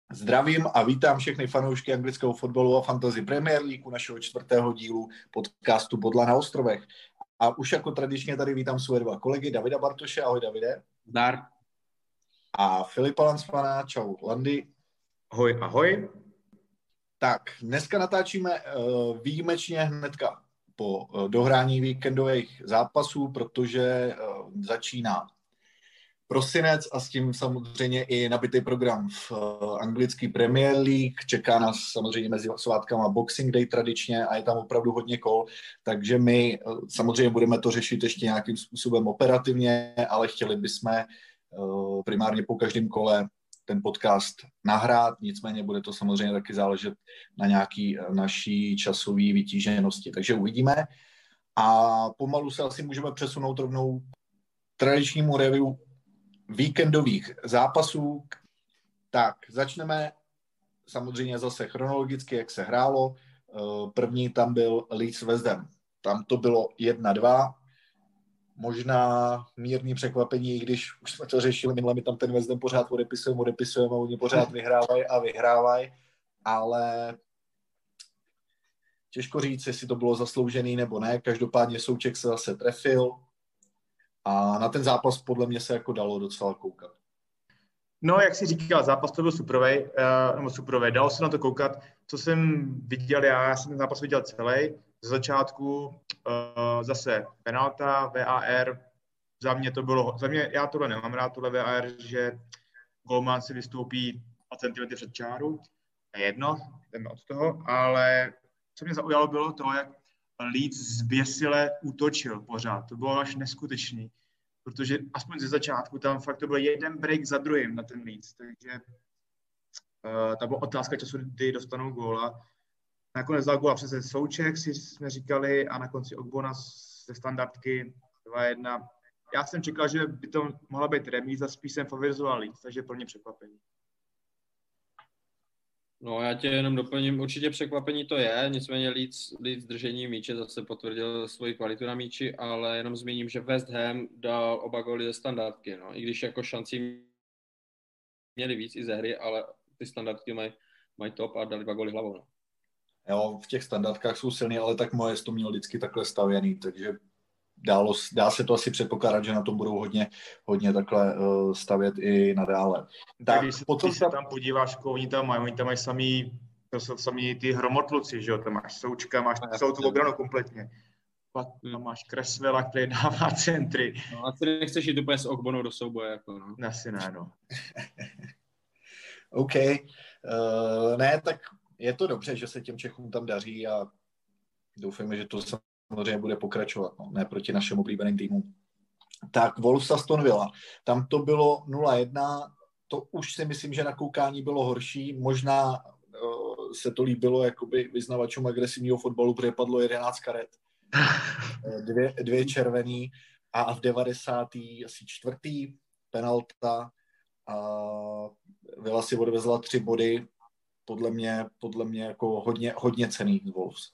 Zdravím a vítám všechny fanoušky anglického fotbalu a Fantasy Premier League u našeho 4. dílu podcastu Bodla na ostrovech. A už jako tradičně tady vítám své dva kolegy Davida Bartoše. Ahoj Davide. Zdar. A Filipa Lansmana. Čau Landy. Ahoj, ahoj. Tak, dneska natáčíme výjimečně hnedka po dohrání víkendových zápasů, protože začíná prosinec a s tím samozřejmě i nabitý program v anglické Premier League. Čeká nás samozřejmě mezi svátkama Boxing Day tradičně a je tam opravdu hodně kol, takže my samozřejmě budeme to řešit ještě nějakým způsobem operativně, ale chtěli bychom primárně po každém kole ten podcast nahrát, nicméně bude to samozřejmě taky záležet na nějaký naší časové vytíženosti, takže uvidíme. A pomalu se asi můžeme přesunout rovnou tradičnímu review víkendových zápasů. Tak, začneme samozřejmě zase chronologicky, jak se hrálo. První tam byl Leeds West Ham. Tam to bylo 1-2. Možná mírný překvapení, i když už jsme to řešili, minule mi tam ten West Ham pořád odepisujeme a oni pořád vyhrávají, ale těžko říct, jestli to bylo zasloužený nebo ne. Každopádně Souček se zase trefil a na ten zápas podle mě se jako dalo docela koukat. No, jak jsi říkal, zápas to byl superovej, dalo se na to koukat. Co jsem viděl, já jsem ten zápas viděl celý. Z začátku zase penalta, VAR, já tohle nemám rád, tohle VAR, že golman si vystoupí 2 cm před čáru, je jedno, jdeme od toho, ale co mě zaujalo bylo to, jak Leeds zběsile útočil pořád, to bylo až neskutečný, protože aspoň ze začátku tam fakt to byl jeden break za druhým na ten Leeds, takže ta byla otázka času, kdy dostanou góla. Nakonec dal góla přece Souček, si jsme říkali, a na konci Ogbona ze standardky 2-1. Já jsem čekal, že by to mohla být remíza, spíš jsem favorizoval Leeds, takže pro mě překvapení. No, já tě jenom doplním, určitě překvapení to je, nicméně Leeds držení míče zase potvrdil svoji kvalitu na míči, ale jenom zmíním, že West Ham dal oba góly ze standardky, no, i když jako šanci měli víc i ze hry, ale ty standardky mají top a dali 2 góly hlavou, no. Jo, v těch standardkách jsou silný, ale tak Moyes to měl vždycky takhle stavěný, takže dá se to asi předpokládat, že na tom budou hodně takhle stavět i nadále. Tak když se tam podíváš, oni tam mají samý ty hromotluci, že jo, tam máš Součka, máš celou tu obranu kompletně. Tam máš Cresswella, který dává centry. No a ty nechceš jít úplně s Ogbonou do souboje, jako no. Asi ne, no. OK. Ne, tak je to dobře, že se těm Čechům tam daří a doufejme, že to samozřejmě bude pokračovat, no, ne proti našemu oblíbeným týmu. Tak Wolves Aston Villa, tam to bylo 0-1, to už si myslím, že na koukání bylo horší, možná se to líbilo jakoby vyznavačům agresivního fotbalu, protože padlo 11 karet, 2 červený a v 94. penalta a Villa si odvezla 3 body, podle mě jako hodně cenný Wolves.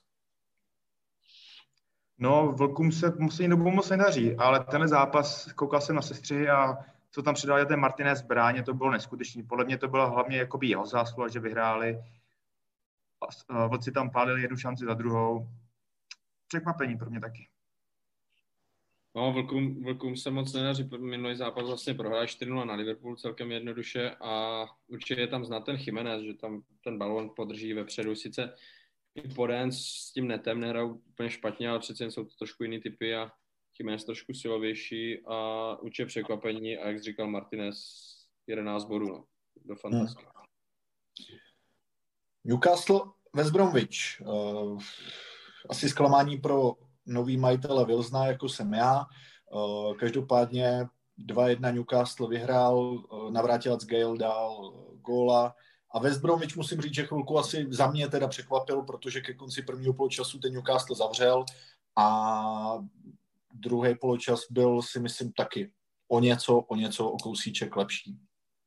No, Vlkům se poslední dobou moc nedaří, ale tenhle zápas, koukal jsem na sestři a co tam předal ten Martinez v bráně, to bylo neskutečný. Podle mě to byla hlavně jakoby jeho zásluha, že vyhráli. Vlci tam pálili jednu šanci za druhou. Překvapení pro mě taky. No, Vlkům se moc nedaří. Minulý zápas vlastně prohrál 4-0 na Liverpool celkem jednoduše a určitě je tam znát ten Jiménez, že tam ten balón podrží vepředu. Sice i Podence s tím netem nehrál úplně špatně, ale přece jen jsou to trošku jiný typy a Jiménez trošku silovější a určitě překvapení a jak říkal Martinez, 11 bodů, no, do fantastiky. Newcastle, West Bromwich. Asi zklamání pro nový majitele Wilsona, jako jsem já. Každopádně 2-1 Newcastle vyhrál, navrátilec Gale dal góla a West Bromwich musím říct, že chvilku asi za mě teda překvapil, protože ke konci prvního poločasu ten Newcastle zavřel a druhý poločas byl, si myslím, taky o kousíček lepší.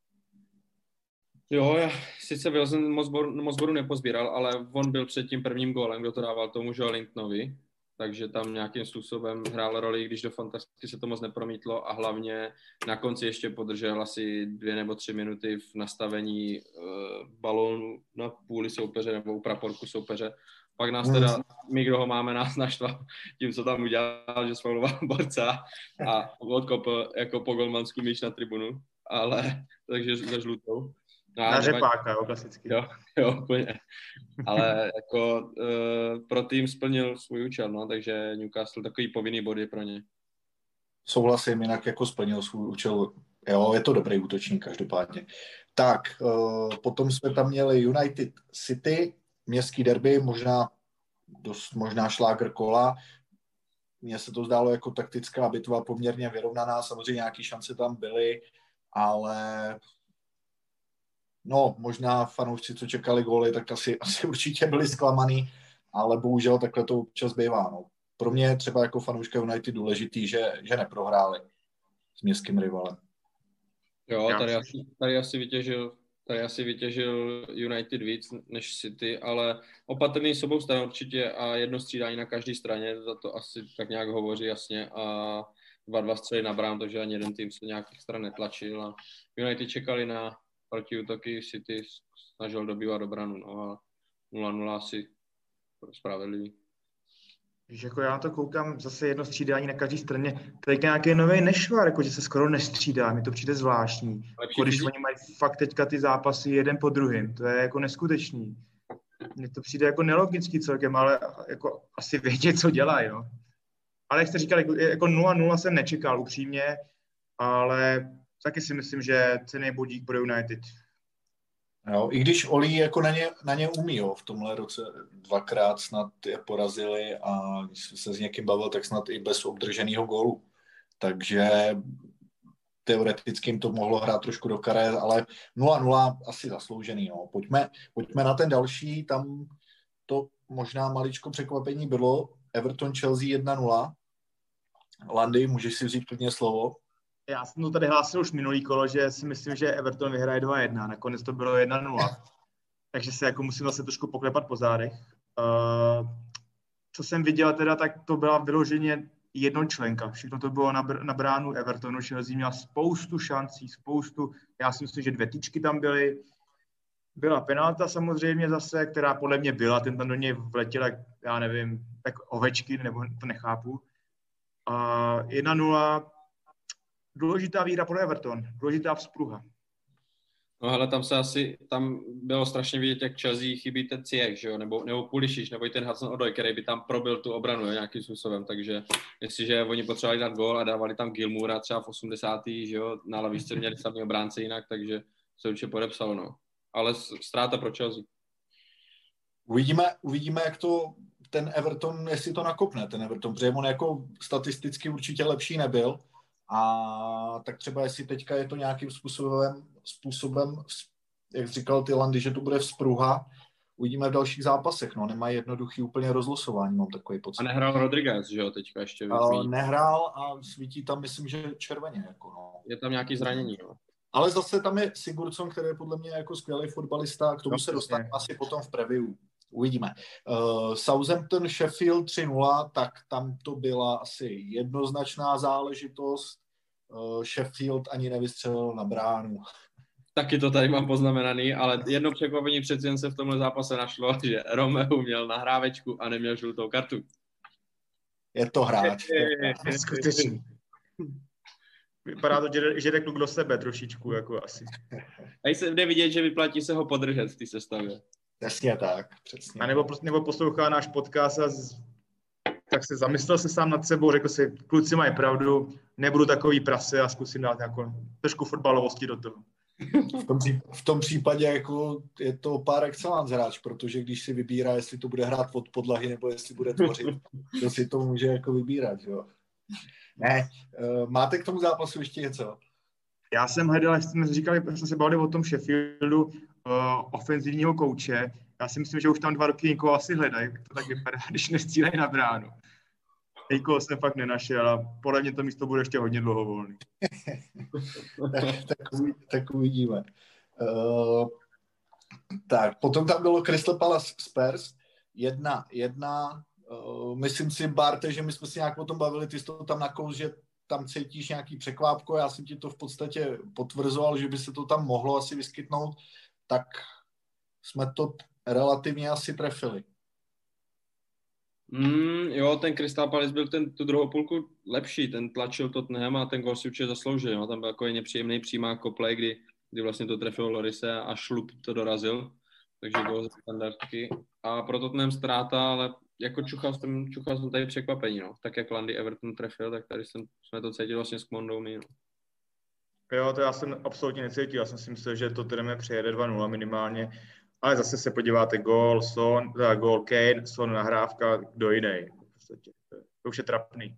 Jo, sice Wilson moc bodu nepozbíral, ale on byl před tím prvním gólem, kdo to dával tomu Joe Lintonovi. takže tam nějakým způsobem hrál roli, když do fantastiky se to moc nepromítlo a hlavně na konci ještě podržel asi 2 nebo 3 minuty v nastavení balónu na půli soupeře nebo u praporku soupeře. Pak nás teda, my, kdo ho máme, nás naštval tím, co tam udělal, že sfauloval borca a odkopl jako po golmanský míč na tribunu, ale takže za žlutou. No, na řepáka, jo, klasicky. Jo, úplně. Ale jako pro tým splnil svůj účel, no, takže Newcastle takový povinný body pro ně. Souhlasím, jinak jako splnil svůj účel. Jo, je to dobrý útočník každopádně. Tak, potom jsme tam měli United City, městský derby, možná šlágr kola. Mně se to zdálo jako taktická bitva poměrně vyrovnaná, samozřejmě nějaké šance tam byly, ale no, možná fanoušci, co čekali góly, tak asi určitě byli zklamaný, ale bohužel takhle to občas bývá. No. Pro mě je třeba jako fanouška United důležitý, že neprohráli s městským rivalem. Jo, tady asi vytěžil United víc než City, ale opatrný s obou stran určitě a jedno střídání na každé straně, za to asi tak nějak hovoří jasně a 2-2 střely na brán, takže ani jeden tým se nějakých stran netlačil a United čekali na protiútoky, City snažil dobývat do branu, no a 0-0 asi spravedlivý. Víš, jako já na to koukám, zase jedno střídání na každé straně, to je nějaký nový nešvar, jako že se skoro nestřídá, mi to přijde zvláštní. Když oni mají fakt teďka ty zápasy jeden po druhým, to je jako neskutečný. Mně to přijde jako nelogický celkem, ale jako asi vědě, co dělají, jo. Ale jak jste říkal, jako 0-0 jsem nečekal upřímně, ale taky si myslím, že cenný bodík pro United. Jo, i když Oli jako na ně umí, jo, v tomhle roce 2krát snad je porazili a když se s někým bavil, tak snad i bez obdrženého gólu. Takže teoreticky jim to mohlo hrát trošku do karet, ale 0-0 asi zasloužený. Jo. Pojďme na ten další, tam to možná maličko překvapení bylo. Everton Chelsea 1-0. Landy, můžeš si vzít klidně slovo. Já jsem to tady hlásil už minulý kolo, že si myslím, že Everton vyhraje 2-1. Nakonec to bylo 1-0. Takže se jako musím zase trošku poklepat po zádech. Co jsem viděl teda, tak to byla vyloženě jednočlenka. Všechno to bylo na bránu Evertonu. Chelsea měla spoustu šancí, já si myslím, že 2 tyčky tam byly. Byla penalta samozřejmě zase, která podle mě byla. Ten tam do něj vletěl, já nevím, tak ovečky, nebo to nechápu. 1-0. Důležitá výhra pro Everton, důležitá vzpruha. No hele, tam bylo strašně vidět, jak Chelsea chybí ten Ziyech, že jo, nebo Pulisic, nebo i ten Hudson-Odoi, který by tam probil tu obranu, jo, nějakým způsobem, takže jestliže oni potřebovali dát gól a dávali tam Gilmoura třeba v 80. že jo, na lavičce měli samý obránce jinak, takže se určitě podepsalo, no. Ale ztráta pro Chelsea. Uvidíme, jak to ten Everton, jestli to nakopne, ten Everton, protože on jako statisticky určitě lepší nebyl, a tak třeba jestli teďka je to nějakým způsobem, jak říkal ty Landy, že to bude vzpruha, uvidíme v dalších zápasech, no, nemají jednoduchý úplně rozlosování, mám takový pocit. A nehrál Rodriguez, že jo, teďka ještě. Nehrál a svítí tam, myslím, že červeně, jako no. Je tam nějaký zranění, no. Ale zase tam je Sigurdsson, který je podle mě jako skvělý fotbalista, k tomu se dostane asi potom v preview. Uvidíme. Southampton Sheffield 3-0, tak tam to byla asi jednoznačná záležitost. Sheffield ani nevystřelil na bránu. Taky to tady mám poznamenaný, ale jedno překvapení přeci jen se v tomhle zápase našlo, že Romeo měl nahrávečku a neměl žlutou kartu. Je to hráč. Skutečný. Vypadá to, že řeknu do sebe trošičku, jako asi. A se jde vidět, že vyplatí se ho podržet v té sestavě. Přesně tak, přesně. A nebo poslouchá náš podcast a tak se zamyslel se sám nad sebou, řekl si, kluci mají pravdu, nebudu takový prase a zkusím dát nějakou trošku fotbalovosti do toho. V tom případě jako je to par excellence hráč, protože když si vybírá, jestli to bude hrát od podlahy nebo jestli bude tvořit, to si to může jako vybírat, jo. Ne, máte k tomu zápasu ještě něco? Já jsem hledal, jak jsme říkali, jsme se bavili o tom Sheffieldu, ofenzivního kouče. Já si myslím, že už tam 2 roky někoho asi hledají, to tak vypadá, když nestřílejí na bránu. Někoho jsem fakt nenašel a podle mě to místo bude ještě hodně dlouho volný. tak uvidíme. Tak, potom tam bylo Crystal Palace Spurs 1-1. myslím si, Barte, že my jsme si nějak o tom bavili, ty jsi to tam nakous, že tam cítíš nějaký překvápko, já jsem ti to v podstatě potvrzoval, že by se to tam mohlo asi vyskytnout, tak jsme to relativně asi trefili. Jo, ten Crystal Palace byl tu druhou půlku lepší, ten tlačil Tottenham a ten gol si určitě zasloužil. No. Tam byl jako nepříjemný přímá koplej, kdy vlastně to trefilo Lorise a šlup to dorazil. Takže gol ze standardky. A pro Tottenham ztráta, ale jako čuchal jsem tady překvapení. No. Tak jak Landy Everton trefil, tak tady jsme to cítili vlastně s Mondou my. No. Jo, to já jsem absolutně necítil. Já jsem si myslel, že Tottenham přejede 2-0 minimálně. Ale zase se podíváte, gól Kane, Son nahrávka, kdo jiný. To už je trapný.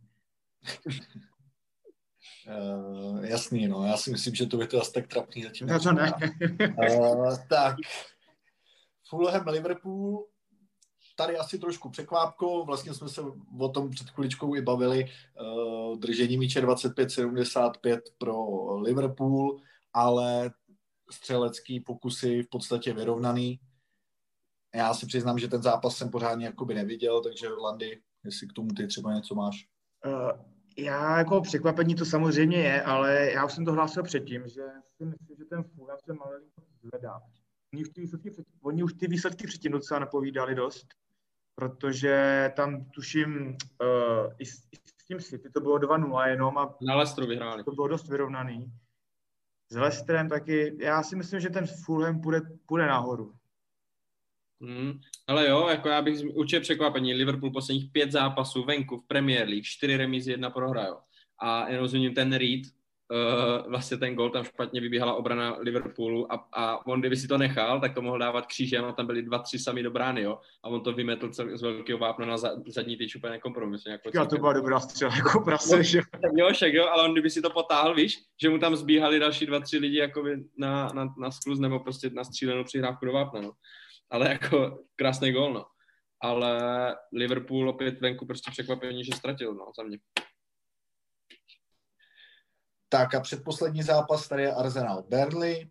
Jasný, no. Já si myslím, že to by to asi tak trapný zatím. No to ne. Tak. Fulham Liverpool, tady asi trošku překvápko, vlastně jsme se o tom před chviličkou i bavili, držení míče 25-75 pro Liverpool, ale střelecký pokusy v podstatě vyrovnaný. Já si přiznám, že ten zápas jsem pořádně jakoby neviděl, takže Landy, jestli k tomu ty třeba něco máš. Já jako překvapení to samozřejmě je, ale já už jsem to hlásil předtím, že si myslím, že ten Fulham se malinko zvedá. Oni už ty výsledky předtím docela napovídali dost, protože tam tuším i s tím City to bylo 2-0 jenom a na Leicesteru vyhráli. To bylo dost vyrovnaný. S Leicesterem taky, já si myslím, že ten Fulham půjde nahoru. Ale jo, jako já bych určitě překvapení. Liverpool posledních 5 zápasů venku v Premier League, 4 remízy, 1 prohra, jo. A jen rozumím ten Reed, vlastně ten gol, tam špatně vybíhala obrana Liverpoolu a on, kdyby si to nechal, tak to mohl dávat křížem a tam byli 2-3 sami do brány, jo. A on to vymetl z velkého vápna na zadní tyč úplně nekompromisně. Já to byla dobrá střela, jako prase, že jo, však jo, ale on kdyby si to potáhl, víš, že mu tam zbíhali další 2-3 lidi jakoby na skluz nebo prostě na střílenou přihrávku do vápna, no. Ale jako krásný gól, no. Ale Liverpool opět venku prostě překvapení, že ztratil, no, za mě. Tak a předposlední zápas, tady je Arsenal Burnley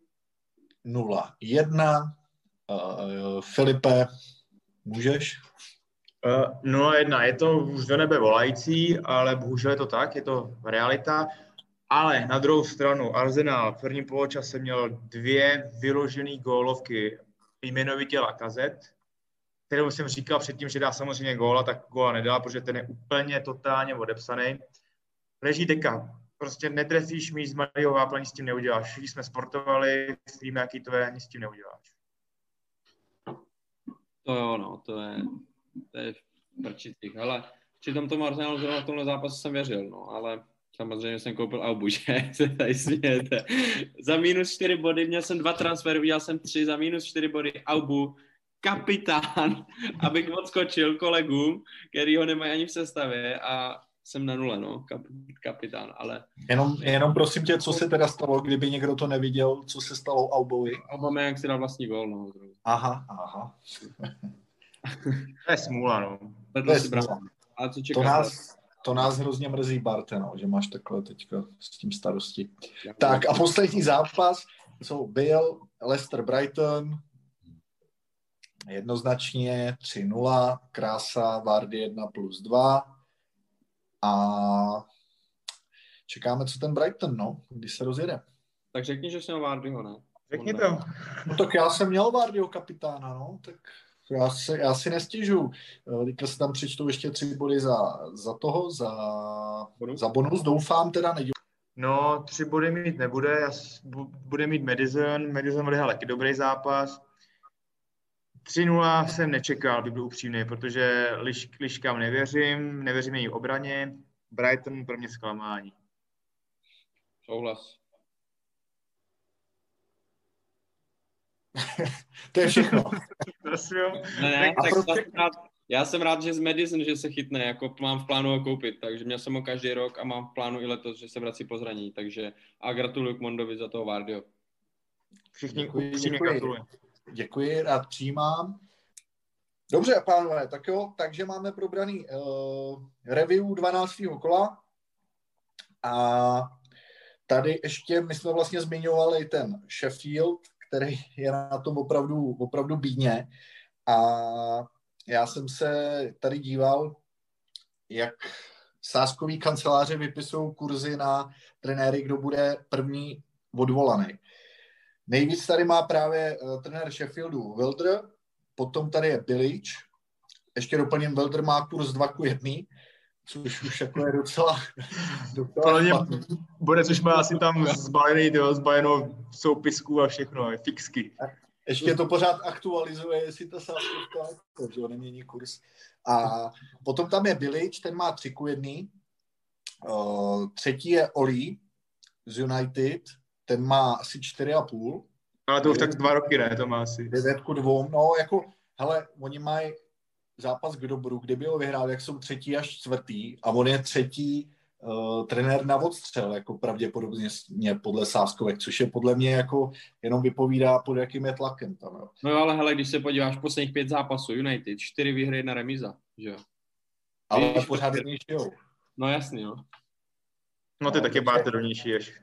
0-1. Filipe, můžeš? 0-1, je to už do nebe volající, ale bohužel je to tak, je to realita. Ale na druhou stranu Arsenal v prvním poločase měl 2 vyložené gólovky, jmenovitě Lacazette, kterou jsem říkal předtím, že dá samozřejmě góla, tak góla nedala, protože ten je úplně totálně odepsaný. Leží deka. Prostě netrefíš míč z malého vápna, nic s tím neuděláš. Všichni jsme sportovali, víme, jaký to je, nic s tím neuděláš. To jo, no, to je prčitých. Ale přitom tomu Arsenalu zrovna v tomhle zápasu jsem věřil, no, ale samozřejmě jsem koupil Aubu, že se tady smějete. Za -4 body, měl jsem 2 transfery, udělal jsem 3 za -4 body, Aubu, kapitán, abych odskočil kolegům, který ho nemají ani v sestavě a jsem na 0, no, kapitán, ale... Jenom prosím tě, co se teda stalo, kdyby někdo to neviděl, co se stalo Aubovi? Aubameyang si dal vlastní gól, no. Aha. To je smůla, no. To je smůla. A co čekáš? To nás hrozně mrzí, Barte, no, že máš takhle teďka s tím starosti. Tak a poslední zápas, co byl Leicester Brighton, jednoznačně 3-0, krása, Vardy 1+2 a čekáme, co ten Brighton, no, když se rozjede. Tak řekni, že jsem Vardyho, ne? Řekni to. No tak já jsem měl Vardyho kapitána, no, tak já si nestěžuju. Teďka se tam přečtou ještě 3 body za bonus, doufám teda nedělám. No, 3 body mít nebude, bude mít Madison bude taky dobrý zápas. 3-0 jsem nečekal, by byl upřímný, protože Liškám nevěřím její obraně, Brighton pro mě zklamání. Souhlas. To je všechno. Ne, tak já jsem rád, že z Madison, že se chytne, jako mám v plánu ho koupit, takže měl jsem ho každý rok a mám v plánu i letos, že se vrací po zranění, takže a gratuluju k Mondovi za toho Vardyho. Všichni upřímně gratuluji. Děkuji, rád přijímám. Dobře, pánové, tak jo, takže máme probraný review 12. kola a tady ještě my jsme vlastně zmiňovali ten Sheffield, který je na tom opravdu bídně a já jsem se tady díval, jak sázkový kanceláře vypisují kurzy na trenéry, kdo bude první odvolaný. Nejvíc tady má právě trenér Sheffieldu Wilder, potom tady je Bilic, ještě doplním, Wilder má kurz 2:1, což už jako je docela špatný. Borec už má asi tam zbalenou soupisku a všechno, fixky. Ještě to pořád aktualizuje, jestli ta sázkovka, že nemění kurz. A potom tam je Bilic, ten má 3:1. Třetí je Oli z United, ten má asi 4,5. Ale to už tak 2 roky, ne? To má asi. 9:2. No, jako, hele, oni mají zápas k dobru, kdyby ho vyhrál, jak jsou 3. až 4. a on je 3. trenér na odstřel, jako pravděpodobně podle sázkovek, což je podle mě jako jenom vypovídá, pod jakým je tlakem tam. Jo. No ale hele, když se podíváš posledních 5 zápasů United, 4 výhry, 1 remíza, že jo? Ale pořád jednějšího. No jasný, jo. No ty taky barterovnější ješ.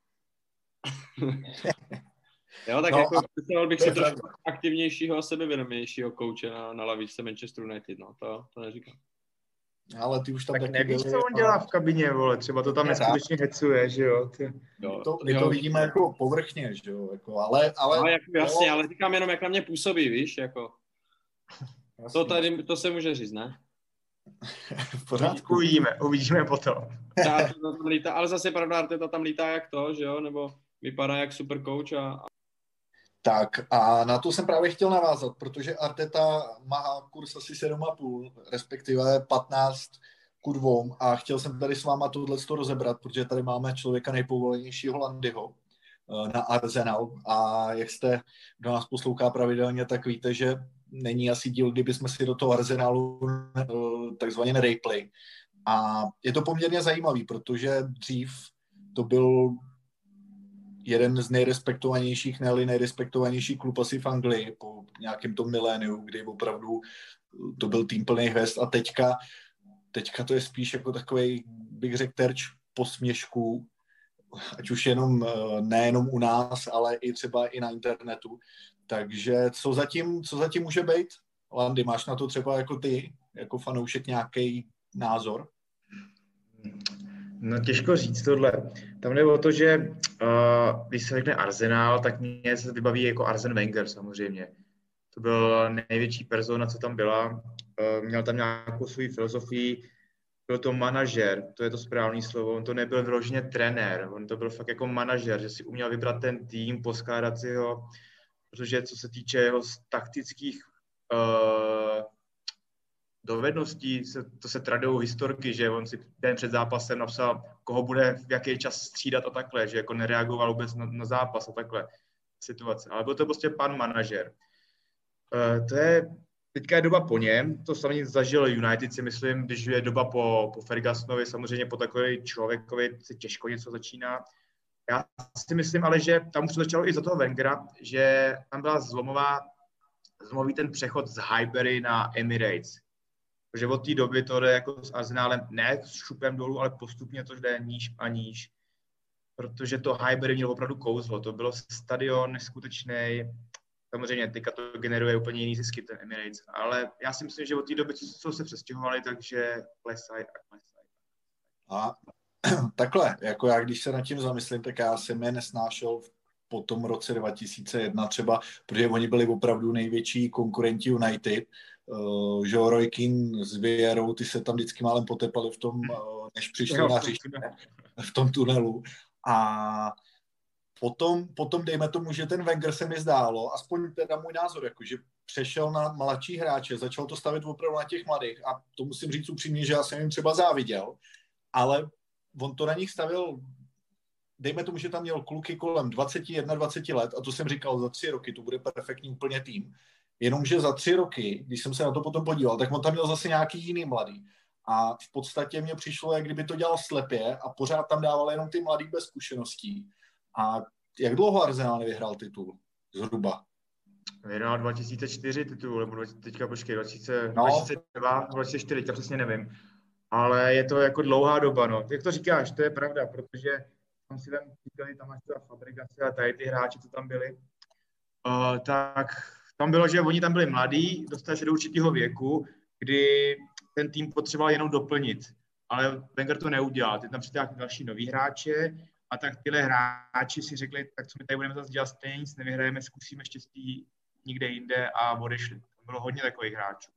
Jo, tak no, jako představoval bych si trošku aktivnějšího a sebevědomějšího kouče na lavičce Manchester United, no, to neříkám. Ale ty už tam tak taky nevíš, byli, co on dělá v kabině, vole, třeba to tam neskutečně hecuje, že jo. My to vidíme jako povrchně, že jo, jako, ale no, jako, jasně, ale říkám jenom, jak na mě působí, víš, jako. To se může říct, ne? V pořádku. Uvidíme potom. Ale zase pravda, Arteta tam lítá jak to, že jo, nebo vypadá jak super coach a... Tak a na to jsem právě chtěl navázat, protože Arteta má kurz asi 7,5, respektive 15:2 a chtěl jsem tady s váma tohleto rozebrat, protože tady máme člověka nejpovolenějšího Landyho na Arsenal a jak jste, kdo nás poslouchá pravidelně, tak víte, že není asi díl, kdyby jsme si do toho Arsenalu takzvaně replay. A je to poměrně zajímavý, protože dřív to byl jeden z nejrespektovanějších, ne-li nejrespektovanější klub asi v Anglii po nějakém tom miléniu, kdy opravdu to byl tým plný hvězd a teďka to je spíš jako takovej, bych řekl, terč posměšků, ať už nejenom u nás, ale i třeba i na internetu. Takže co zatím může být? Landy, máš na to třeba jako ty, jako fanoušek nějaký názor? No těžko říct tohle. Tam jde o to, že když se řekne Arsenal, tak mě se vybaví jako Arsene Wenger samozřejmě. To byl největší persona, co tam byla. Měl tam nějakou svou filozofii. Byl to manažer, to je to správné slovo. On to nebyl vyloženě trenér, on to byl fakt jako manažer, že si uměl vybrat ten tým, poskládat si ho, protože co se týče jeho taktických dovedností, to se tradují historky, že on si den před zápasem napsal, koho bude v jaký čas střídat a takhle, že jako nereagoval vůbec na zápas a takhle situace. Ale byl to prostě pan manažer. Teďka je doba po něm, to samozřejmě zažil United, si myslím, když je doba po Fergusonovi, samozřejmě po takový člověkovi se těžko něco začíná. Já si myslím ale, že tam už začalo i za toho Wengera, že tam byla zlomový ten přechod z Highbury na Emirates. Protože od té doby to jde jako s Arsenálem, ne s šupem dolů, ale postupně to jde níž a níž. Protože to Highbury mělo opravdu kouzlo, to bylo stadion neskutečný. Samozřejmě teďka to generuje úplně jiný zisky, ten Emirates, ale já si myslím, že od té doby, co se přestěhovali, takže klesají. A takhle, jako já když se nad tím zamyslím, tak já jsem je nesnášel po tom roce 2001 třeba, protože oni byli opravdu největší konkurenti United. Joe Roy Keane s Vieirou, ty se tam vždycky málem potepali v tom, než přišli na hřiště, v tom tunelu. A potom dejme tomu, že ten Wenger se mi zdálo, aspoň teda můj názor, jako, že přešel na mladší hráče, začal to stavět opravdu na těch mladých a to musím říct upřímně, že já jsem jim třeba záviděl, ale on to na nich stavil, dejme tomu, že tam měl kluky kolem 21-20 let a to jsem říkal, za 3 roky to bude perfektní úplně tým. Jenomže za 3 roky, když jsem se na to potom podíval, tak on tam měl zase nějaký jiný mladý. A v podstatě mně přišlo, jak kdyby to dělal slepě a pořád tam dával jenom ty mladý bez zkušeností. A jak dlouho Arsenal nevyhrál titul? Zhruba. Vyhrál 2004 titul, nebo teďka počkej, 2002, 2004, teďka přesně nevím. Ale je to jako dlouhá doba, no. Jak to říkáš, to je pravda, protože tam si tam říkali, tam máš třeba Fabregas a tady ty hráči, co tam byli, tak tam bylo, že oni tam byli mladí, dostali se do určitého věku, kdy ten tým potřeboval jenom doplnit. Ale Wenger to neudělal. Teď tam přitáhl další nový hráče a tak tyhle hráči si řekli, tak co my tady budeme zase dělat, stejně nic nevyhrajeme, zkusíme štěstí někde jinde a odešli. Tam bylo hodně takových hráčů.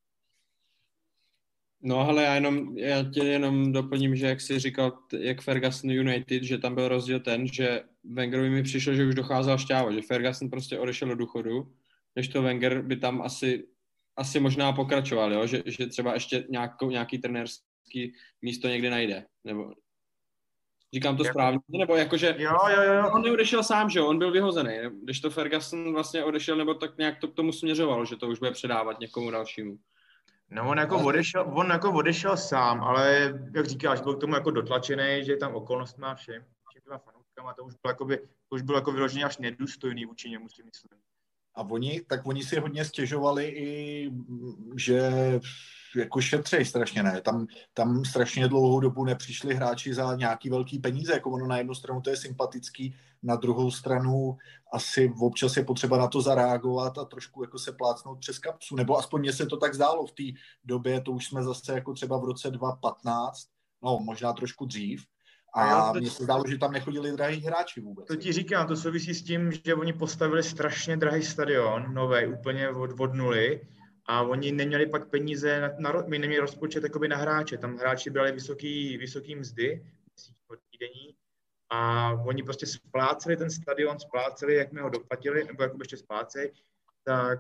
No ale já tě jenom doplním, že jak jsi říkal, jak Ferguson United, že tam byl rozdíl ten, že Wengerovi mi přišlo, že už docházela šťáva, že Ferguson prostě odešel do důchodu, než to Wenger by tam asi možná pokračoval, jo? Že třeba ještě nějaký trenérský místo někde najde, nebo říkám to správně, nebo jakože jo. On neodešel sám, že jo, on byl vyhozený, když to Ferguson vlastně odešel, nebo tak nějak to k tomu směřovalo, že to už bude předávat někomu dalšímu. No on jako odešel sám, ale jak říkáš, byl k tomu jako dotlačený, že tam okolnost má všem těma fanouškama, to už bylo jako vyloženě až nedůstojný vůči němu, si myslím. A oni si hodně stěžovali i, že jako šetřej strašně, ne? Tam strašně dlouhou dobu nepřišli hráči za nějaký velký peníze, jako ono na jednu stranu to je sympatický, na druhou stranu asi občas je potřeba na to zareagovat a trošku jako se plácnout přes kapsu, nebo aspoň mně se to tak zdálo v té době, to už jsme zase jako třeba v roce 2015, no možná trošku dřív, a mně se zdálo, že tam nechodili drahí hráči vůbec. To ti říkám, to souvisí s tím, že oni postavili strašně drahý stadion, nový, úplně od nuly, a oni neměli pak peníze, my neměli rozpočet jakoby na hráče, tam hráči brali vysoký mzdy, týdenní, a oni prostě spláceli ten stadion, jak my ho doplatili, nebo jakoby ještě splácej, tak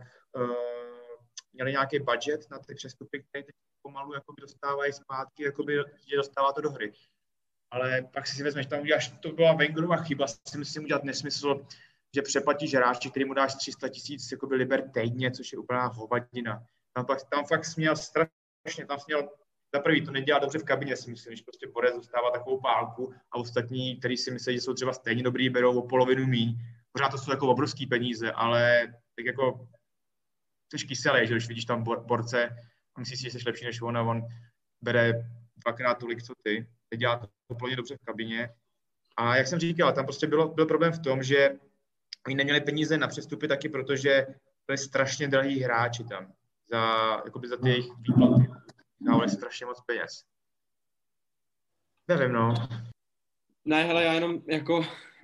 měli nějaký budget na ty přestupy, které teď pomalu jakoby dostávají zpátky, jakoby, že dostává to do hry. Ale pak si vezmeš, tam uděláš, to byla Wengerova chyba, si myslím udělat nesmysl, že přeplatíš hráči, který mu dáš 300 000 jakoby liber týdně, což je úplná hovadina. Tam fakt směl strašně, za prvý to nedělá dobře v kabině, si myslím, že prostě Borec dostává takovou pálku a ostatní, kteří si myslí, že jsou třeba stejně dobrý, berou o polovinu míň. Pořád to jsou jako obrovský peníze, ale tak jako jsi kyselý, že když vidíš tam Borce a myslíš si, že jsi lepší než on a on bere dvakrát tolik, co ty. Teď dělá to úplně dobře v kabině. A jak jsem říkal, tam prostě byl problém v tom, že oni neměli peníze na přestupy taky, protože byli strašně drahí hráči tam. Za ty jejich výplaty. Dávali strašně moc peněz. Nevím, no. Ne, hele, já jenom jako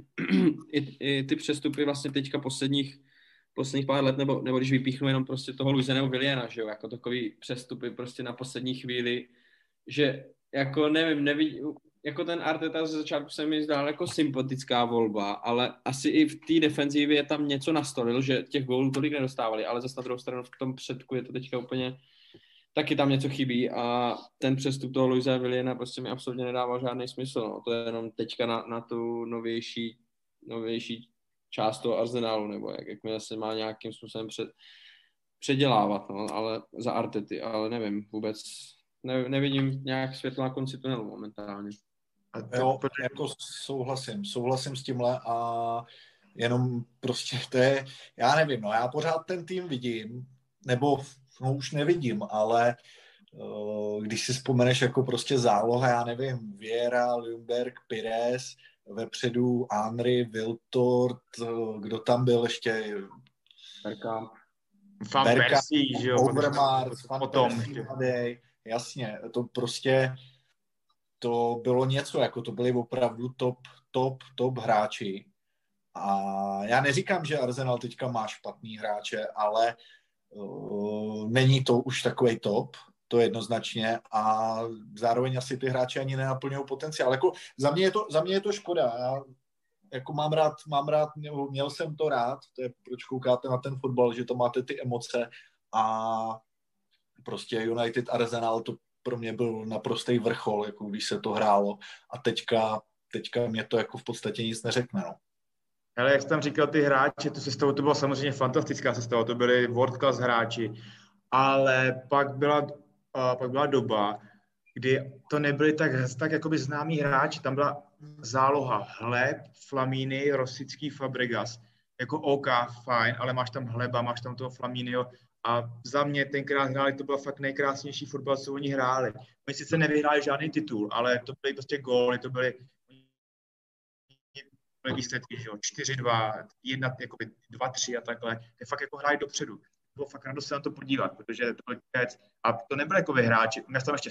i ty přestupy vlastně teďka posledních pár let, nebo když vypíchnu jenom prostě toho Luiseho Williana, že jo, jako takový přestupy prostě na poslední chvíli, že jako nevidím, jako ten Arteta ze začátku se mi zdál jako sympatická volba, ale asi i v té defenzivě je tam něco nastolil, že těch gólů tolik nedostávali, ale zase na druhou stranu v tom předku je to teďka úplně, taky tam něco chybí a ten přestup toho Luise Williana prostě mi absolutně nedával žádný smysl, no. To je jenom teďka na tu novější část toho Arsenalu, nebo jak mi se má nějakým způsobem předělávat, no, ale za Artety, ale nevím, vůbec nevidím nějak světlo na konci tunelu momentálně. Jo, jako souhlasím s tímhle a jenom prostě to je, já nevím, no já pořád ten tým vidím, nebo no už nevidím, ale když si vzpomeneš jako prostě záloha, já nevím, Vieira, Ljungberg, Pires, vepředu Henry, Wiltord, kdo tam byl ještě? Van Persie, že jo? Overmars, Van Persie, jasně, to prostě to bylo něco, jako to byli opravdu top hráči. A já neříkám, že Arsenal teďka má špatný hráče, ale není to už takovej top, to jednoznačně, a zároveň asi ty hráči ani nenaplňují potenciál. Jako za mě je to škoda. Já jako mám rád, měl jsem to rád, to je proč koukáte na ten fotbal, že to máte ty emoce, a prostě United Arsenal to pro mě byl naprostý vrchol, jako když se to hrálo, a teďka mě to jako v podstatě nic neřekne, no. Ale jak jsi tam říkal, ty hráči, to byla samozřejmě fantastická sestava, to byli world class hráči, ale pak byla doba, kdy to nebyli tak jakoby známí hráči, tam byla záloha Hleb, Flamini, Rosický, Fabregas, jako OK, fajn, ale máš tam Hleba, máš tam toho Flaminio, a za mě tenkrát hráli, to byl fakt nejkrásnější fotbal, co oni hráli. Oni sice nevyhráli žádný titul, ale to byly prostě góly, to byly výsledky, že jo, 4-2, 1, jakoby 2-3 a takhle. To fakt jako hráli dopředu. Bylo fakt radost se na to podívat, protože to byl věc. A to nebyl jako hráči, měl tam ještě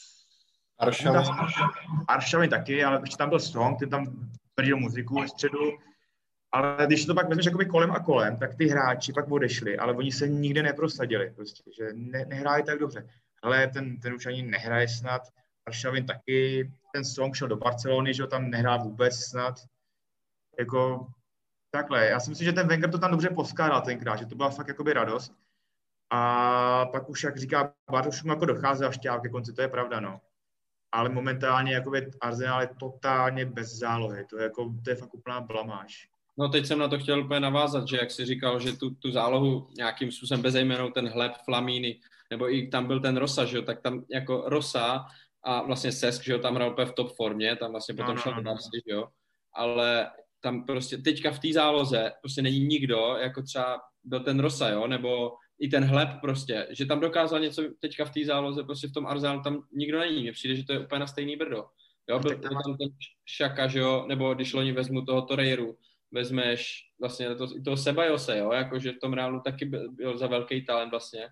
Aršavin taky, ale ještě tam byl Song, ten tam tvrdil muziku ve středu. Ale když to pak vezmeš jakoby kolem a kolem, tak ty hráči pak odešli, ale oni se nikde neprosadili, prostě, že nehráli tak dobře. Ale ten už ani nehraje snad, Aršavin taky, ten Song šel do Barcelony, že ho tam nehrál vůbec snad. Jako takhle, já si myslím, že ten Wenger to tam dobře poskládal tenkrát, že to byla fakt jakoby radost. A pak už, jak říká Bartoš, mu jako docházel šťáv ke konci, to je pravda, no. Ale momentálně jakoby Arsenal je totálně bez zálohy, to je fakt úplná blamáž. No teď jsem na to chtěl úplně navázat, že jak jsi říkal, že tu zálohu nějakým způsobem bezejmenou ten Hleb, Flamini, nebo i tam byl ten Rosa, že jo, tak tam jako Rosa a vlastně Sesk, že jo, tam hrál úplně v top formě, tam vlastně potom šel do Barcy, že jo, ale tam prostě teďka v té záloze prostě není nikdo, jako třeba byl ten Rosa, jo, nebo i ten Hleb prostě, že tam dokázal něco teďka v té záloze, prostě v tom Arsenalu tam nikdo není, mně přijde, že to je úplně na stejný brdo. Jo, byl tam ten Šaka, že jo, nebo když loni vezmu toho Torreiru, vezmeš vlastně toho Sebajose, jo, jakože v tom Realu taky byl za velký talent vlastně.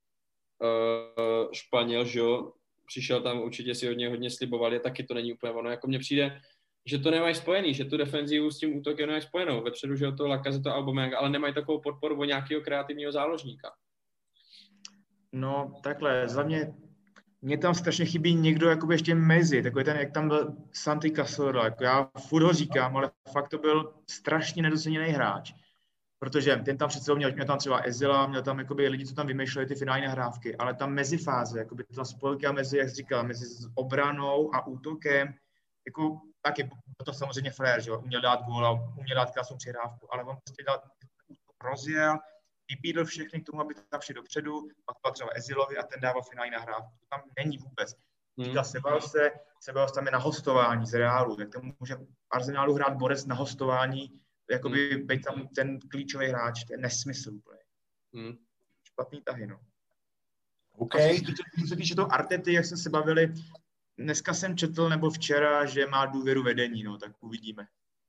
Španěl, že jo, přišel tam, určitě si hodně slibovali, taky to není úplně ono. Jako mně přijde, že to nemají spojený, že tu defenzivu s tím útokem nemají spojenou. Vepředu, že jo, to Lacazette, Aubameyang, ale nemají takovou podporu od nějakého kreativního záložníka. No, takhle, za mě tam strašně chybí někdo jakoby ještě mezi, takový ten, jak tam byl Santi Cazorla, jako já furt ho říkám, ale fakt to byl strašně nedoceněný hráč, protože ten tam přece měl tam třeba Ezela, měl tam jakoby lidi, co tam vymýšleli ty finální nahrávky, ale tam mezifáze, jakoby ta spojka mezi, jak jsi říkal, mezi obranou a útokem, jako taky to samozřejmě frér, že jo, uměl dát gól a uměl dát krásnou přihrávku, ale on prostě rozjel, vybídl všechny k tomu, aby tam šli dopředu, pak třeba Ezilovi a ten dával finální nahrávku. To tam není vůbec. Říkal Sebajos tam je na hostování z Reálu, tak tam může Arsenalu hrát borec na hostování, jakoby být tam ten klíčový hráč, to je nesmysl úplně. Špatný tahy, no. Okay. Co se týče toho Artety, jak jsme se bavili, dneska jsem četl, nebo včera, že má důvěru vedení, no, tak uvidíme.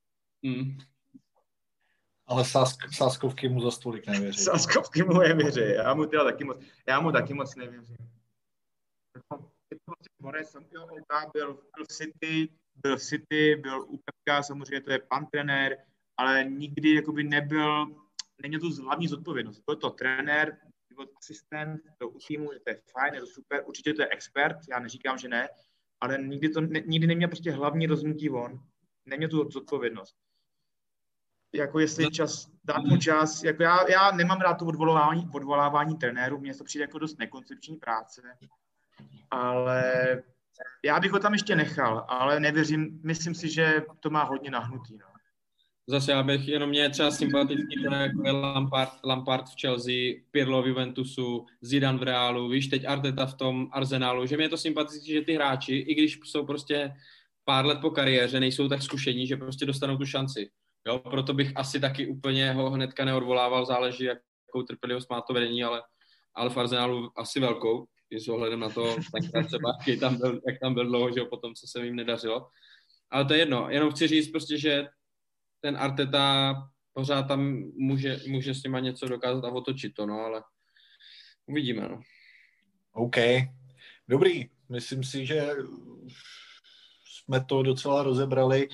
Ale Sáskovky mu za tolik nevěří. Sáskovky mu nevěří, já mu taky moc nevěřím. Je to vlastně Borec, byl v City, byl u Pepka, samozřejmě to je pan trenér, ale nikdy jakoby neměl tu hlavní zodpovědnost. Byl to trenér, byl asistent, byl u týmu, že to je fajn, je to super, určitě to je expert, já neříkám, že ne, ale nikdy neměl prostě hlavní rozhodnutí on, neměl tu zodpovědnost. Jako jestli dát mu čas, jako já nemám rád to odvolávání trenérů, mně to přijde jako dost nekoncepční práce, ale já bych ho tam ještě nechal, ale nevěřím, myslím si, že to má hodně nahnutý, no. Zase já bych, jenom mě třeba sympatický, jako je Lampard v Chelsea, Pirlo v Juventusu, Zidane v Reálu, víš, teď Arteta v tom Arsenalu, že mě je to sympatický, že ty hráči, i když jsou prostě pár let po kariéře, nejsou tak zkušení, že prostě dostanou tu šanci. Jo, proto bych asi taky úplně ho hnedka neodvolával, záleží, jakou trpělivost má to vedení, ale v Arsenalu asi velkou, i s ohledem na to, tak třeba, jak tam byl dlouho, že jo, potom, co se jim nedařilo. Ale to je jedno, jenom chci říct prostě, že ten Arteta pořád tam může s nima něco dokázat a otočit to, no, ale uvidíme, no. OK, dobrý, myslím si, že jsme to docela rozebrali.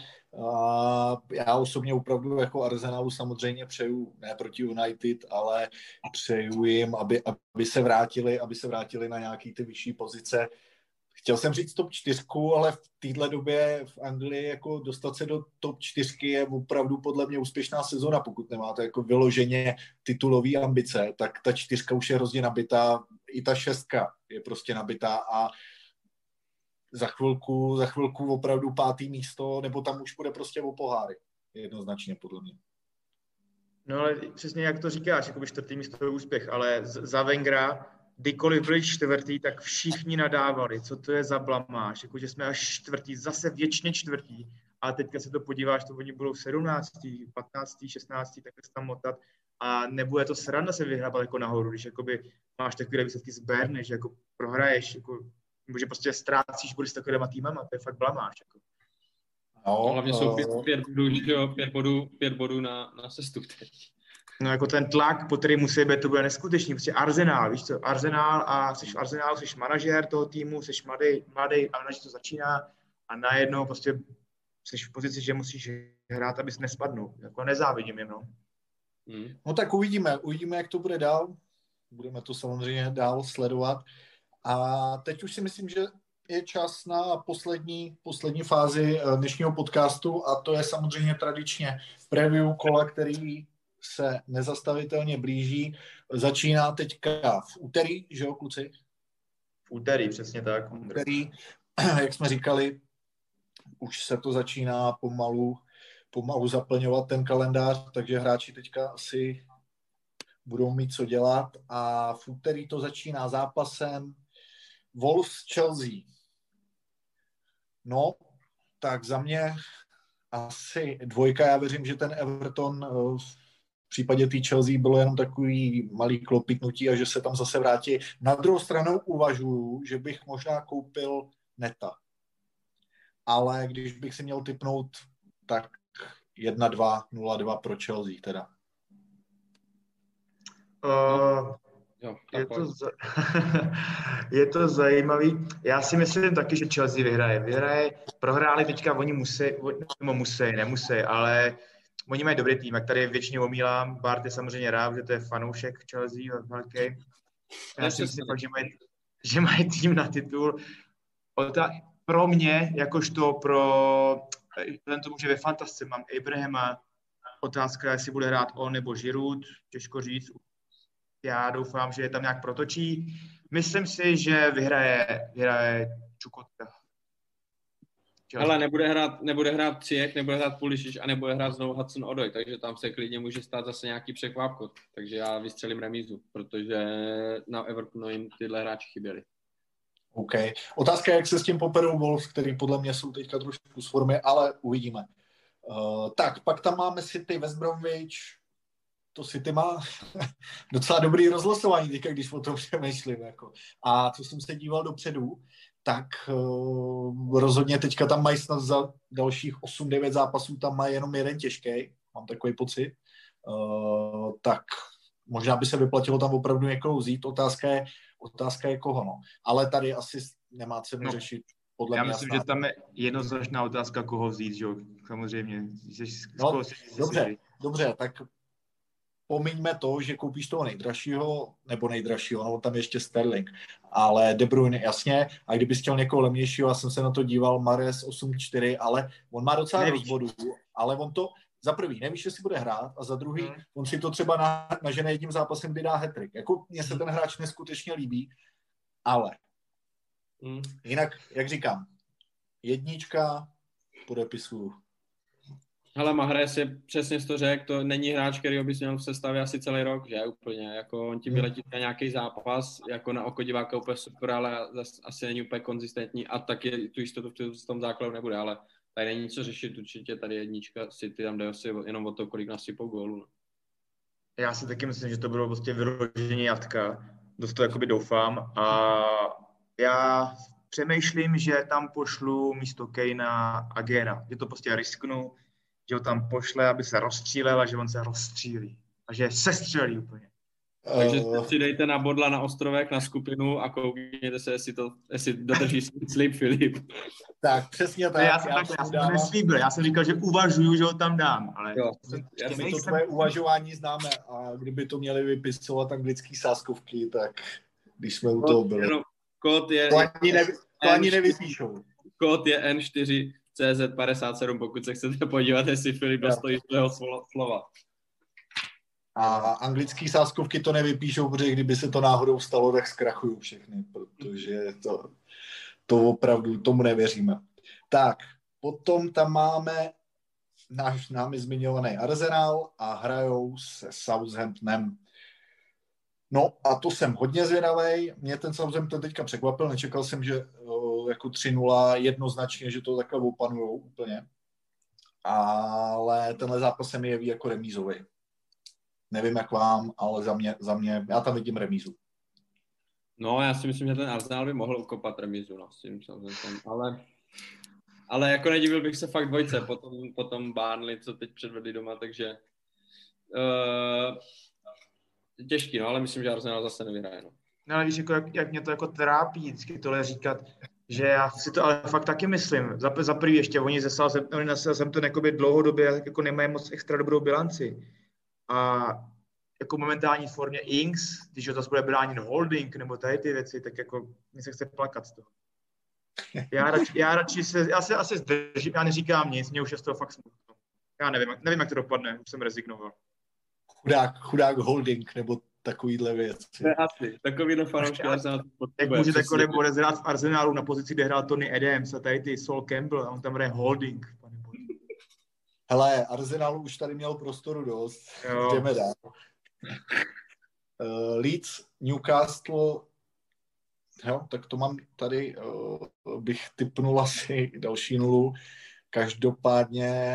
Já osobně opravdu jako Arsenalu samozřejmě přeju, ne proti United, ale přeju jim, aby se vrátili na nějaký ty vyšší pozice. Chtěl jsem říct top 4, ale v téhle době v Anglii jako dostat se do top 4 je opravdu podle mě úspěšná sezona, pokud nemáte jako vyloženě titulové ambice, tak ta 4 už je hrozně nabitá, i ta 6 je prostě nabitá a za chvilku opravdu 5. místo, nebo tam už bude prostě o poháry. Jednoznačně, podle mě. No ale přesně jak to říkáš, jakoby 4. místo je úspěch, ale za Wengera, kdykoliv byli 4., tak všichni nadávali, co to je za blamáž, jakože jsme až 4., zase věčně 4. A teďka se to podíváš, to oni budou 17., 15., 16., tak se tam motat a nebude to sranda se vyhrávat jako nahoru, když jakoby máš takové výsledky z Burnley, že jako prohraješ, jako nebo že prostě ztrácíš body s takovýma týmama, to je fakt blamáž. Jako. No, hlavně jsou 5 bodů na sestup teď. No jako ten tlak, po který musí být, to bude neskutečný. Prostě Arsenal, víš co, Arsenal a jsi v Arsenalu, jsi manažér toho týmu, jsi mladý a manažer to začíná a najednou prostě jsi v pozici, že musíš hrát, abys nespadnul. Jako nezávidím jim, no. No tak uvidíme, jak to bude dál. Budeme to samozřejmě dál sledovat. A teď už si myslím, že je čas na poslední fázi dnešního podcastu a to je samozřejmě tradičně preview kola, který se nezastavitelně blíží. Začíná teďka v úterý, že jo, kluci? V úterý, přesně tak. V úterý, jak jsme říkali, už se to začíná pomalu zaplňovat ten kalendář, takže hráči teďka asi budou mít co dělat a v úterý to začíná zápasem Wolves Chelsea. No, tak za mě asi 2. Já věřím, že ten Everton v případě té Chelsea bylo jenom takový malý klopitnutí a že se tam zase vrátí. Na druhou stranu uvažuju, že bych možná koupil Neta. Ale když bych si měl tipnout, tak 1-2, 0-2 pro Chelsea teda. Jo, je to zajímavý. Já si myslím taky, že Chelsea vyhraje. Prohráli teďka, oni nemusí, ale oni mají dobrý tým, jak tady většině omílám. Bart je samozřejmě rád, že to je fanoušek Chelsea velký. Já si myslím fakt, že mají tým na titul. Pro mě, jakožto vzhledem tomu, že ve fantasce mám Abrahama, otázka, jestli bude hrát on nebo Giroud, těžko říct. Já doufám, že je tam nějak protočí. Myslím si, že vyhraje Čukotka. Ale nebude hrát Ciyech, nebude hrát Pulisic a nebude hrát znovu Hudson-Odoi, takže tam se klidně může stát zase nějaký překvápko. Takže já vystřelím remízu, protože na Evertonu jim tyhle hráči chyběli. OK. Otázka je, jak se s tím poperou Wolves, který podle mě jsou teďka trošku z formy, ale uvidíme. Tak, pak tam máme City, West Bromwich. To City má docela dobrý rozlosování teďka, když o tom přemýšlím. Jako. A co jsem se díval dopředu, tak rozhodně teďka tam mají snad za dalších 8-9 zápasů, tam mají jenom jeden těžký, mám takový pocit. Tak možná by se vyplatilo tam opravdu někoho vzít. Otázka je koho, no. Ale tady asi nemá cenu řešit. Podle já mě myslím, že tam je jednoznačná otázka, koho vzít, že jo, samozřejmě. Dobře, tak pomiňme to, že koupíš toho nejdražšího, no tam ještě Sterling, ale De Bruyne jasně, a kdybys chtěl někoho levnějšího, já jsem se na to díval, Mahrez 8-4, ale on má docela rozbodu, ale on to za prvý nevíš, jestli bude hrát a za druhý, on si to třeba nažene jedním zápasem, kdy dá hat-trick. Jako mně se ten hráč neskutečně líbí, ale jinak, jak říkám, 1 podepisuju. Hele, Mahrez je přesně to řekl, to není hráč, který bys měl v sestavě asi celý rok, že úplně, jako on ti vyletí na nějaký zápas, jako na oko diváka úplně super, ale asi není úplně konzistentní a taky tu jistotu v tom základu nebude, ale tady není co řešit, určitě tady 1 City, tam jde asi jenom o to, kolik nasypou gólu. No. Já si taky myslím, že to bylo prostě vyložení jatka, dost to jakoby doufám a já přemýšlím, že tam pošlu místo Kanea Agüera, že to prostě risknu, že ho tam pošle, aby se rozstřílel a že on se rozstřílí. A že se střelí úplně. Takže si dejte na bodla na ostrovek, na skupinu a koukněte se, jestli dodrží slib Filip. Tak, přesně tak. Já jsem to neslíbil. Já jsem říkal, že uvažuju, že ho tam dám. Ale jo, my to tvoje uvažování známe a kdyby to měli vypisovat anglický sázkovky, tak když jsme u toho byli. Kód je... To ani nevypíšou. Kód je N4 CZ57, pokud se chcete podívat, jestli Filip dostojí svého slova. A anglický sázkovky to nevypíšou, protože kdyby se to náhodou stalo, tak zkrachují všechny, protože to opravdu, tomu nevěříme. Tak, potom tam máme náš námi zmiňovaný Arsenal a hrajou se Southamptonem. No a to jsem hodně zvědavej. Mě ten Southampton teďka překvapil, nečekal jsem, že jako 3-0 jednoznačně, že to takhle opanujou úplně. Ale tenhle zápas se mi jeví jako remízový. Nevím, jak vám, ale za mě já tam vidím remízu. No, já si myslím, že ten Arsenal by mohl ukopat remízu, no, s tím Southamptonem, ale... Ale jako nedivil bych se fakt dvojce, potom Burnley, co teď předvedli doma, takže těžký, no, ale myslím, že Arsenal zase nevyhraje, no. No ale víš, jako, jak mě to jako trápí vždycky tohle říkat, že já si to ale fakt taky myslím. Za prvý ještě, oni nasel jsem to jakoby dlouhodobě, jako nemají moc extra dobrou bilanci. A jako momentální formě Ings, když ho zase bude bránit Holding nebo tady ty věci, tak jako mi se chce plakat z toho. Já radši se asi zdržím, já neříkám nic, mě už je z toho fakt smutno. Já nevím, jak to dopadne, už jsem rezignoval. Chudák Holding nebo takovýhle věci. Takovýhle fanoušky Arsenalu. Jak může takhle odezrát v Arsenalu na pozici, kde hrál Tony Adams a tady ty Sol Campbell a on tam hraje Holding. Hele, Arsenalu už tady měl prostoru dost. Jdeme dál. Leeds, Newcastle, jo, tak to mám tady, bych tipnul asi další nulu. Každopádně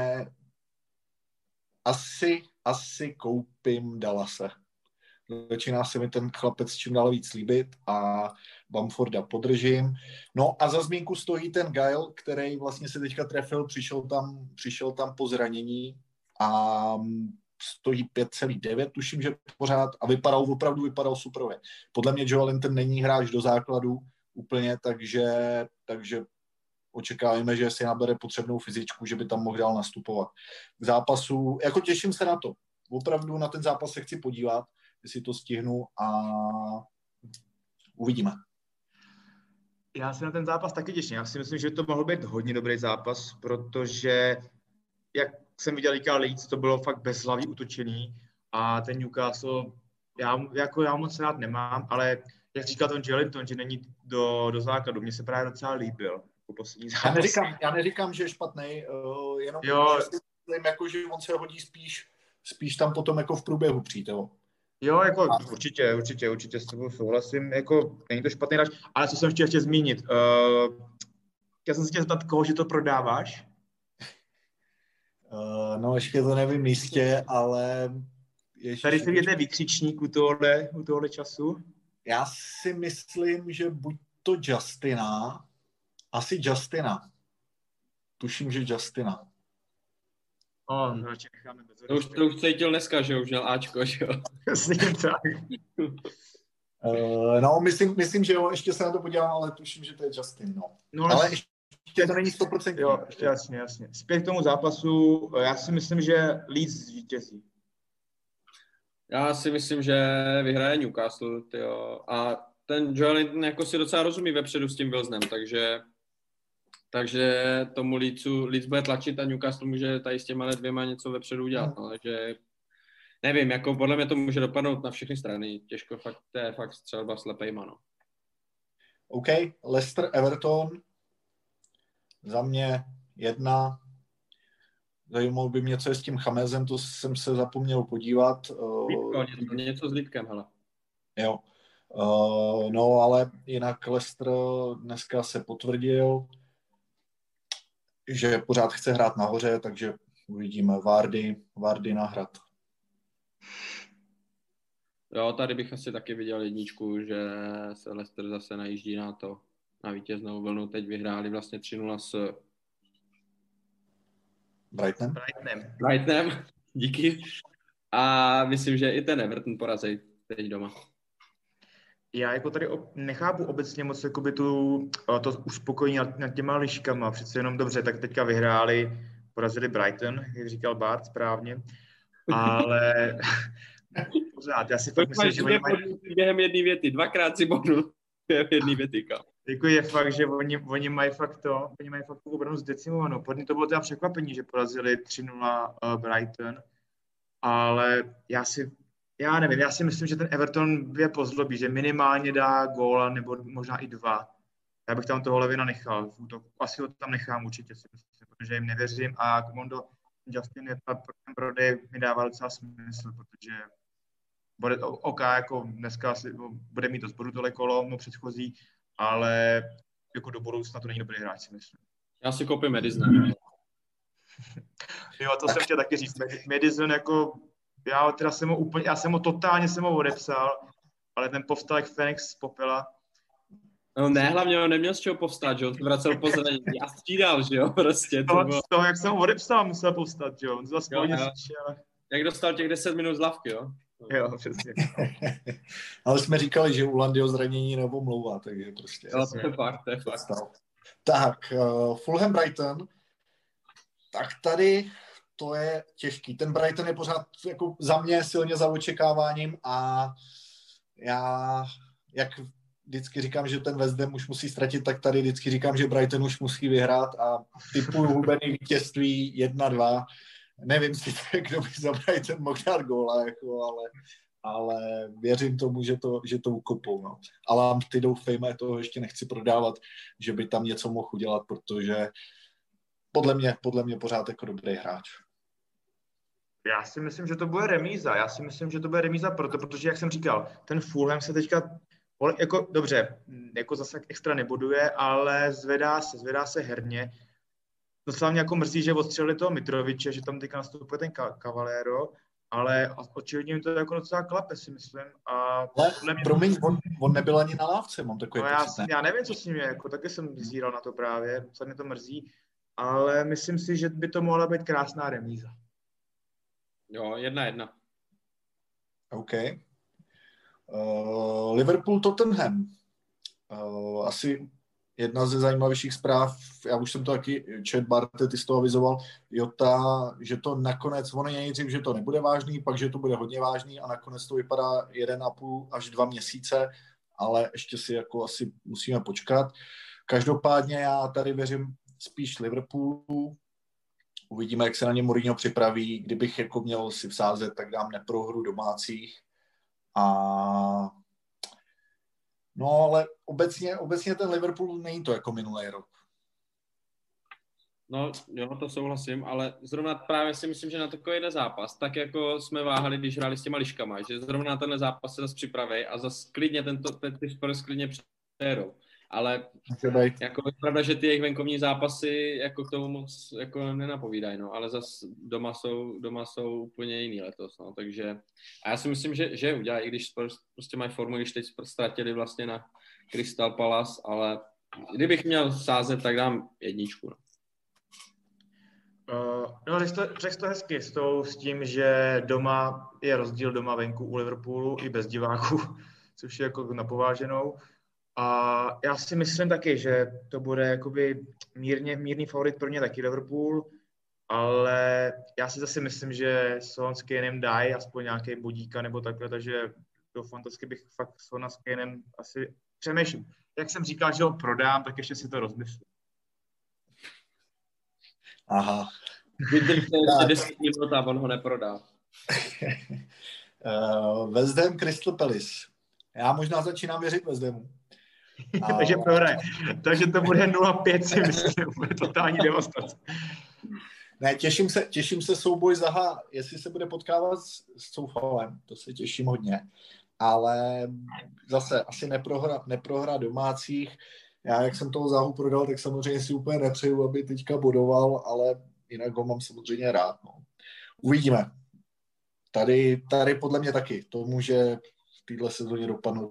asi koupím Dallase. Začíná se mi ten chlapec čím dál víc líbit a Bamforda podržím. No a za zmínku stojí ten Gael, který vlastně se teďka trefil, přišel tam po zranění a stojí 5,9, tuším, že pořád a opravdu vypadal superově. Podle mě Joe Linton není hráč do základu úplně, takže očekáváme, že si nabere potřebnou fyzičku, že by tam mohl dál nastupovat. K zápasu, jako těším se na to. Opravdu na ten zápas se chci podívat, jestli to stihnu a uvidíme. Já se na ten zápas taky těším. Já si myslím, že to mohl být hodně dobrý zápas, protože jak jsem viděl Leeds, to bylo fakt bezhlavý útočený a ten Newcastle, já moc rád nemám, ale jak říkal ten Joelinton, že není do základu, mně se právě docela líbil. Poslední zápas. Já neříkám, že je špatný, jenom myslím, jako, že on se hodí spíš tam potom jako v průběhu přijít, jo. Jo, jako určitě s tebou souhlasím, jako není to špatný hráč, ale co jsem chtěl ještě zmínit, já jsem se chtěl zeptat, koho, že to prodáváš? No, ještě to nevím jistě, ale... Tady se vidět výkřičník u tohohle času. Já si myslím, že buď to Justina, asi Justina. Tuším, že Justina. Radši necháme bez to už cítil dneska, že už měl Ačko, že jo? Jasně tak. No, myslím, že jo, ještě se na to podívám, ale tuším, že to je Justin, no. Ale ještě to není 100%. Jo, jasně. Zpět k tomu zápasu, já si myslím, že Leeds zvítězí. Já si myslím, že vyhraje Newcastle, tyjo. A ten Joelinton jako si docela rozumí vepředu s tím Wilsonem, takže tomu Leeds bude tlačit a Newcastle může tady s těma dvěma něco vepředu udělat. No, takže nevím, jako podle mě to může dopadnout na všechny strany. Těžko, to je fakt střelba slepejma, no. OK, Leicester, Everton. Za mě 1. Zajímalo by mě, co je s tím Chamezem, to jsem se zapomněl podívat. Něco s Lidkem, hele. Jo. No, ale jinak Leicester dneska se potvrdil, že pořád chce hrát nahoře, takže uvidíme Vardy na hrad. Jo, tady bych asi taky viděl 1, že se Leicester zase najíždí na vítěznou vlnu. Teď vyhráli vlastně 3-0 s Brightonem, díky. A myslím, že i ten Everton porazí teď doma. Já jako tady nechápu obecně moc jakoby to uspokojení nad těma liškama. Přece jenom dobře, tak teďka porazili Brighton, jak říkal Bart správně. Ale pořád, já si fakt myslím, že oni mají... Během jedné věty, 2x si bodnul během jedné věty, kam. Jako je fakt, že oni mají fakt tu obranu zdecimovanou. Podle to bylo teda překvapení, že porazili 3-0 Brighton, ale já nevím, já si myslím, že ten Everton je pozlobí, že minimálně dá góla nebo možná i 2. Já bych tam toho Levina nechal. Asi ho tam nechám určitě, si myslím, protože jim nevěřím a Komondo Justin je ten prodej mi dává docela smysl, protože bude OK, jako dneska bude mít to zboru tohle kolo, no předchozí, ale jako do budoucna to není dobrý hráč, si myslím. Já si koupím Madisona. Jo, to jsem chtěl taky říct. Madison jako, já jsem ho totálně odepsal, ale ten povstal jak Fenix z popela No ne, hlavně on neměl z čeho povstat, že on se vracel po zranění a střídal, že jo, prostě. To bylo... Z toho, jak jsem ho odepsal, musel povstat, že jo, on zase pohodně slyšel. Jak dostal těch 10 minut z lavky, jo? Jo, přesně. Ale jsme říkali, že u Landyho zranění neomlouvá, takže prostě. Ale to je fakt. Tak, Fulham Brighton, tak tady to je těžký. Ten Brighton je pořád jako za mě silně za očekáváním a já, jak vždycky říkám, že ten West Ham už musí ztratit, tak tady vždycky říkám, že Brighton už musí vyhrát a typuju hubený vítězství 1-2. Nevím si, kdo by za Brighton mohl dát góla, jako, ale věřím tomu, že to ukopou. No. Ale ty doufejme, toho ještě nechci prodávat, že by tam něco mohl udělat, protože podle mě pořád jako dobrý hráč. Já si myslím, že to bude remíza. Protože, jak jsem říkal, ten Fulham se teďka jako dobře, jako zase extra neboduje, ale zvedá se herně. Docela mě jako mrzí, že odstřelili toho Mitroviče, že tam teďka nastupuje ten Cavallero, ale očividně mi to jako docela klape, si myslím. Ale promiň, on nebyl ani na lávce, mám takový pocit. Já nevím, co s ním je, jako taky jsem zíral na to právě, co mě to mrzí, ale myslím si, že by to mohla být krásná remíza. Jo, 1-1. OK. Liverpool-Tottenham. Asi jedna ze zajímavějších zpráv, já už jsem to taky čet, Barte, ty z toho avizoval, Jota, že to nakonec, ono je nejdřív, že to nebude vážný, pak, že to bude hodně vážný a nakonec to vypadá 1,5 až 2 měsíce, ale ještě si jako asi musíme počkat. Každopádně já tady věřím spíš Liverpoolu. Uvidíme, jak se na ně Mourinho připraví. Kdybych jako měl si vsázet, tak dám neprohru domácích. No, ale obecně ten Liverpool není to jako minulý rok. No, jo, to souhlasím, ale zrovna právě si myslím, že na takovýhle zápas, tak jako jsme váhali, když hráli s těma liškama, že zrovna na tenhle zápas se zase připraví a zase klidně ty Spurs klidně přejedou. Ale jako je pravda, že ty jejich venkovní zápasy jako k tomu moc jako nenapovídají, no, ale zase doma jsou úplně jiný letos, no, takže a já si myslím, že udělají, i když prostě mají formu, když teď ztratili vlastně na Crystal Palace, ale kdybych měl sázet, tak dám 1. No. No, řekl to hezky s tím, že doma je rozdíl doma venku u Liverpoolu i bez diváků, což je jako napováženou. A já si myslím taky, že to bude jakoby mírný favorit pro mě taky Liverpool, ale já si zase myslím, že Son s Kanem dají aspoň nějaký bodíka nebo takhle, takže do fantasky bych fakt Sona s Kanem asi přemýšlím. Jak jsem říkal, že ho prodám, tak ještě si to rozmyslím. Aha. Vydržte 10 minut a on ho neprodá. West Ham Crystal Palace. Já možná začínám věřit West Hamu. Takže prohraje. Takže to bude 0-5, si myslím, bude totální devastace. Ne, těším se souboj Zaha, jestli se bude potkávat s Soufalem, to se těším hodně. Ale zase asi neprohra domácích. Já, jak jsem toho Zahu prodal, tak samozřejmě si úplně nepřeju, aby teďka bodoval, ale jinak ho mám samozřejmě rád. No. Uvidíme. Tady podle mě taky. To může v této sezóně dopadnout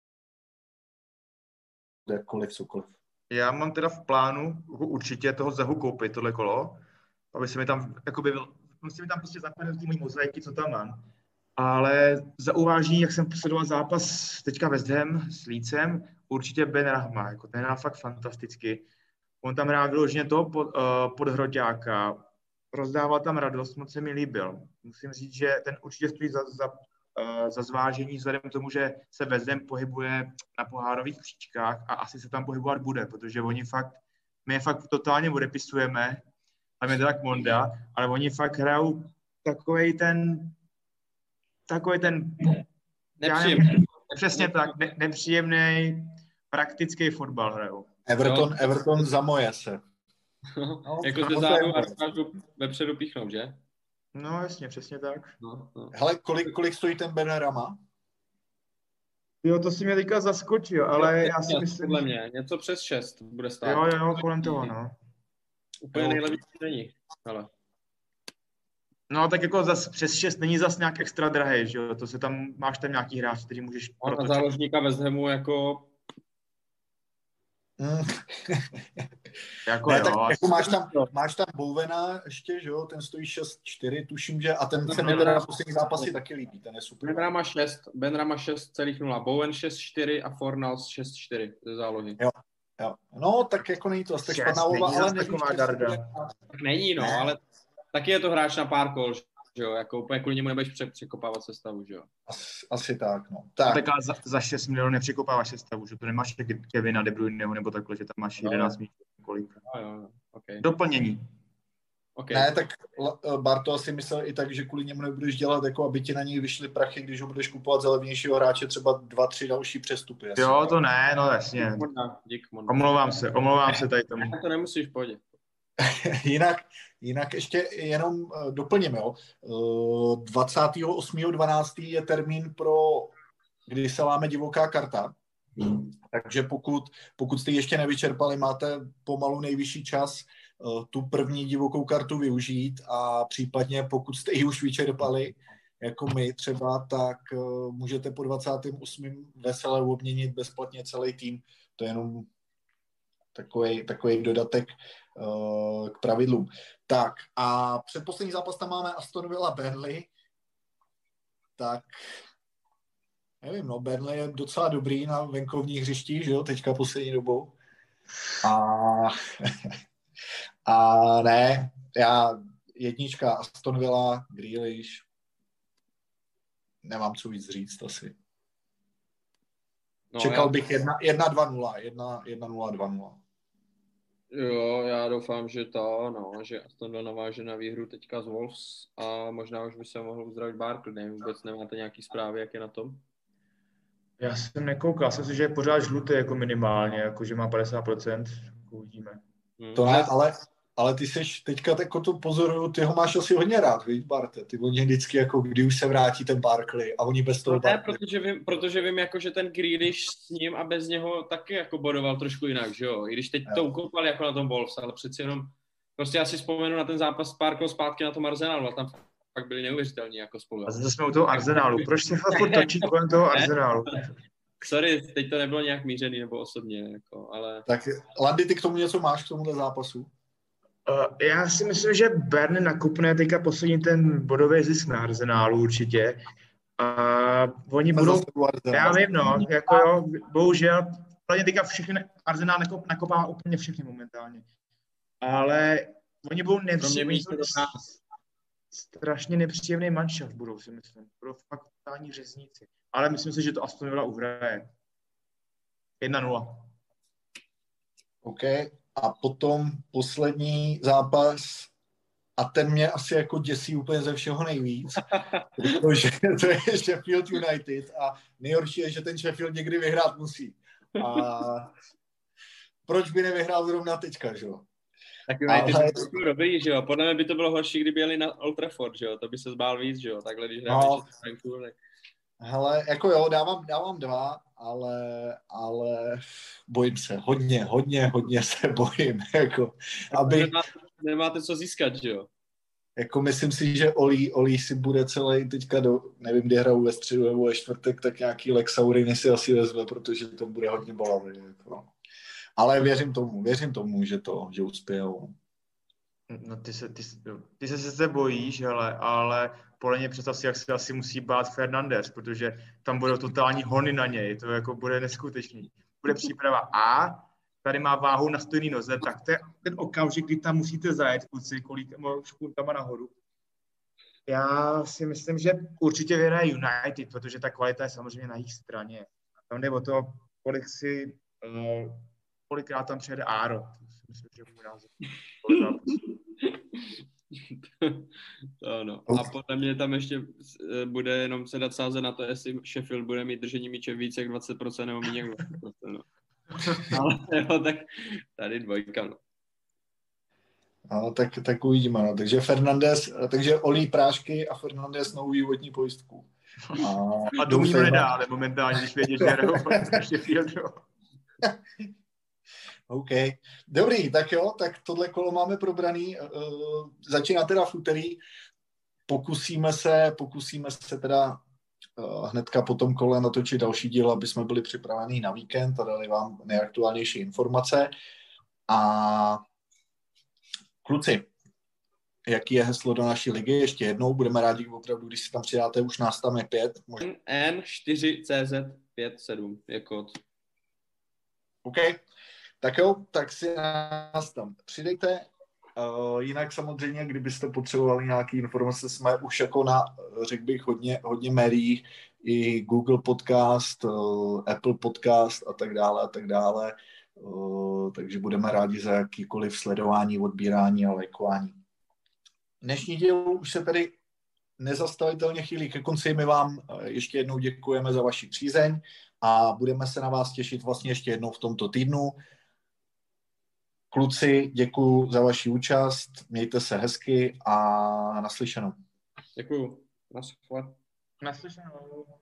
jakkoliv, cokoliv. Já mám teda v plánu určitě toho Zahu koupit, tohle kolo, aby se mi tam, jakoby, musí mi tam prostě zapadnout ty mojí mozaiky, co tam mám. Ale za uvážení, jak jsem sledoval zápas teďka West Ham s Leedsem, určitě Ben Rahma, jako ten hrál fakt fantasticky. On tam hrál vyloženě toho podhroťáka, rozdával tam radost, moc se mi líbil. Musím říct, že ten určitě stojí za zvážení vzhledem k tomu, že se West Ham pohybuje na pohárových příčkách a asi se tam pohybovat bude, protože my je fakt totálně odepisujeme, tam je teda Monda, ale oni fakt hrajou takovej ten nepříjemný. Přesně tak, nepříjemný, praktický fotbal hrajou. Everton zamoje se. No, jako ze zádu a vepředu píchnou, že? No jasně, přesně tak. No. Hele, kolik stojí ten Ben Rama? Jo, to si mě teďka zaskočil, ale já si myslím... Podle mě, něco přes 6 bude stát. Jo, kolem toho, no. Úplně nejlepší není, ale... No, tak jako zas přes 6 není zas nějak extra drahý, že jo? To se tam, máš tam nějaký hráč, který můžeš... A záložníka West Hamu jako... Jako ne, jo, tak jako máš tam Bowena ještě, že jo, ten stojí 6,4, tuším, že a ten se mi teda v poslední zápasy taky líbí, ten je super. Ben Rama 6,0, Bowen 6,4 a Fornals 6,4 ze zálohy. Jo. No, tak jako není to tak špatná volba, ale nevíš, tak není, no, ale taky je to hráč na pár kol, že jo, jako úplně kvůli němu nebudeš překopávat sestavu, že jo. Asi tak, no. Tak ale za 6 milionů nepřekopáváš sestavu, že to nemáš Kevina De Bruyneho nebo takhle, že tam máš 11 milionů kolik. Jo, okay. Doplnění. Okay. Ne, tak Barto asi myslel i tak, že kvůli němu nebudeš dělat, jako aby ti na něj vyšly prachy, když ho budeš kupovat za levnějšího hráče, třeba 2-3 další přestupy. Jasně. Jo, to ne, no jasně. Dík. Omlouvám se tady tomu. To nemusíš, pohodě. Jinak ještě jenom doplním, jo. 28.12. je termín kdy se láme divoká karta. Takže pokud jste ještě nevyčerpali, máte pomalu nejvyšší čas tu první divokou kartu využít a případně pokud jste ji už vyčerpali, jako my třeba, tak můžete po 28. vesele obměnit bezplatně celý tým. To je jenom takový dodatek k pravidlům. Tak a předposlední zápas tam máme Aston Villa Burnley. Tak nevím, no, Burnley je docela dobrý na venkovních hřištích, že jo, teďka poslední dobou. A ne, jednička Aston Villa, Grealish, nemám co víc říct asi. No, čekal bych 1-2-0, 1-0-2-0. Jo, já doufám, že že Aston Villa naváže na výhru teďka z Wolves a možná už by se mohl uzdravit Barkley, nevím, vůbec nemáte nějaký zprávy, jak je na tom? Já jsem nekoukal, jsem si, že je pořád žlutý jako minimálně, jako že má 50%, uvidíme. To ne, ale ty seš teďka jako to pozoruju, ty ho máš asi hodně rád, víš, Barte, ty oni vždycky jako, kdy už se vrátí ten Barkley a oni bez toho Barkley. Protože vím jako, že ten Grealish s ním a bez něho taky jako bodoval trošku jinak, že jo, i když teď to ukopali jako na tom Wolves, ale přeci jenom, prostě já si vzpomenu na ten zápas pár kol zpátky na tom Arsenalu a tam fakt byli neuvěřitelní jako spolu. A zase jsme u toho Arsenalu, proč se furt točí kolem toho Arsenalu? Sorry, teď to nebylo nějak mířený nebo osobně, jako, ale... Tak Landy, ty k tomu něco máš, k tomuhle zápasu? Já si myslím, že Burnley nakupne teďka poslední ten bodový zisk na Arsenalu určitě. A oni budou... Já vím, no, jako jo, bohužel, hlavně teďka všechny, Arsenal nakopává úplně všechny momentálně. Ale oni budou strašně nepříjemný manšaft budou, si myslím. Budou fakt totální řezníci. Ale myslím si, že to Aston Villa uhraje. 1-0. OK. A potom poslední zápas a ten mě asi jako děsí úplně ze všeho nejvíc, protože to je Sheffield United a nejhorší je, že ten Sheffield někdy vyhrát musí. A proč by nevyhrál zrovna teďka, že jo? Tak United jsou dobrý, že jo? Podle mě by to bylo horší, kdyby jeli na Old Trafford, že jo? To by se zbál víc, že jo? Takhle, když hráme Franku, tak... Hele, jako jo, dávám 2, ale bojím se, hodně se bojím, jako, aby... Nemáte co získat, že jo? Jako myslím si, že Oli si bude celý teďka nevím, kdy hrajou ve středu nebo ve čtvrtek, tak nějaký Lex Auriny si asi vezme, protože to bude hodně bolavý, jako. Ale věřím tomu, že uspějou. No ty se sice bojíš, ale podle mě představ si, jak se asi musí bát Fernandes, protože tam budou totální hony na něj, to jako bude neskutečný. Bude příprava A, tady má váhu na stojný noze, tak to je ten okamžik, kdy tam musíte zajet, kluci, kolíkama špuntama nahoru. Já si myslím, že určitě vyhraje United, protože ta kvalita je samozřejmě na jejich straně. Tam jde o to, kolikrát tam přijede Áro. To si myslím, že bude název. No. A podle mě tam ještě bude jenom se dát sázet na to, jestli Sheffield bude mít držení míče víc jak 20% nebo méně jak 20%. No. Ale jo, tak tady dvojka. No. No, tak uvidíme. No. Takže Oli prášky a Fernandes novou vývodní pojistku. A to nikdo nedá, ale momentálně, když vědí, že hrajou Sheffield. OK. Dobrý, tak jo, tak tohle kolo máme probraný. Začíná teda v úterý. Pokusíme se teda hnedka po tom kole natočit další díl, aby jsme byli připraveni na víkend a dali vám nejaktuálnější informace. A kluci, jaký je heslo do naší ligy? Ještě jednou, budeme rádi opravdu, když si tam přidáte, už nás tam je 5. N4CZ57 je kód. OK, tak jo, tak si nás tam přidejte. Jinak samozřejmě, kdybyste potřebovali nějaké informace, jsme už jako na, řekl bych, hodně médiích, i Google Podcast, Apple Podcast a tak dále. Takže budeme rádi za jakýkoliv sledování, odbírání a lajkování. Dnešní díl už se tedy nezastavitelně chýlí ke konci. My vám ještě jednou děkujeme za vaši přízeň a budeme se na vás těšit vlastně ještě jednou v tomto týdnu. Kluci, děkuji za vaši účast, mějte se hezky a naslyšenou. Děkuju. Naslyšenou.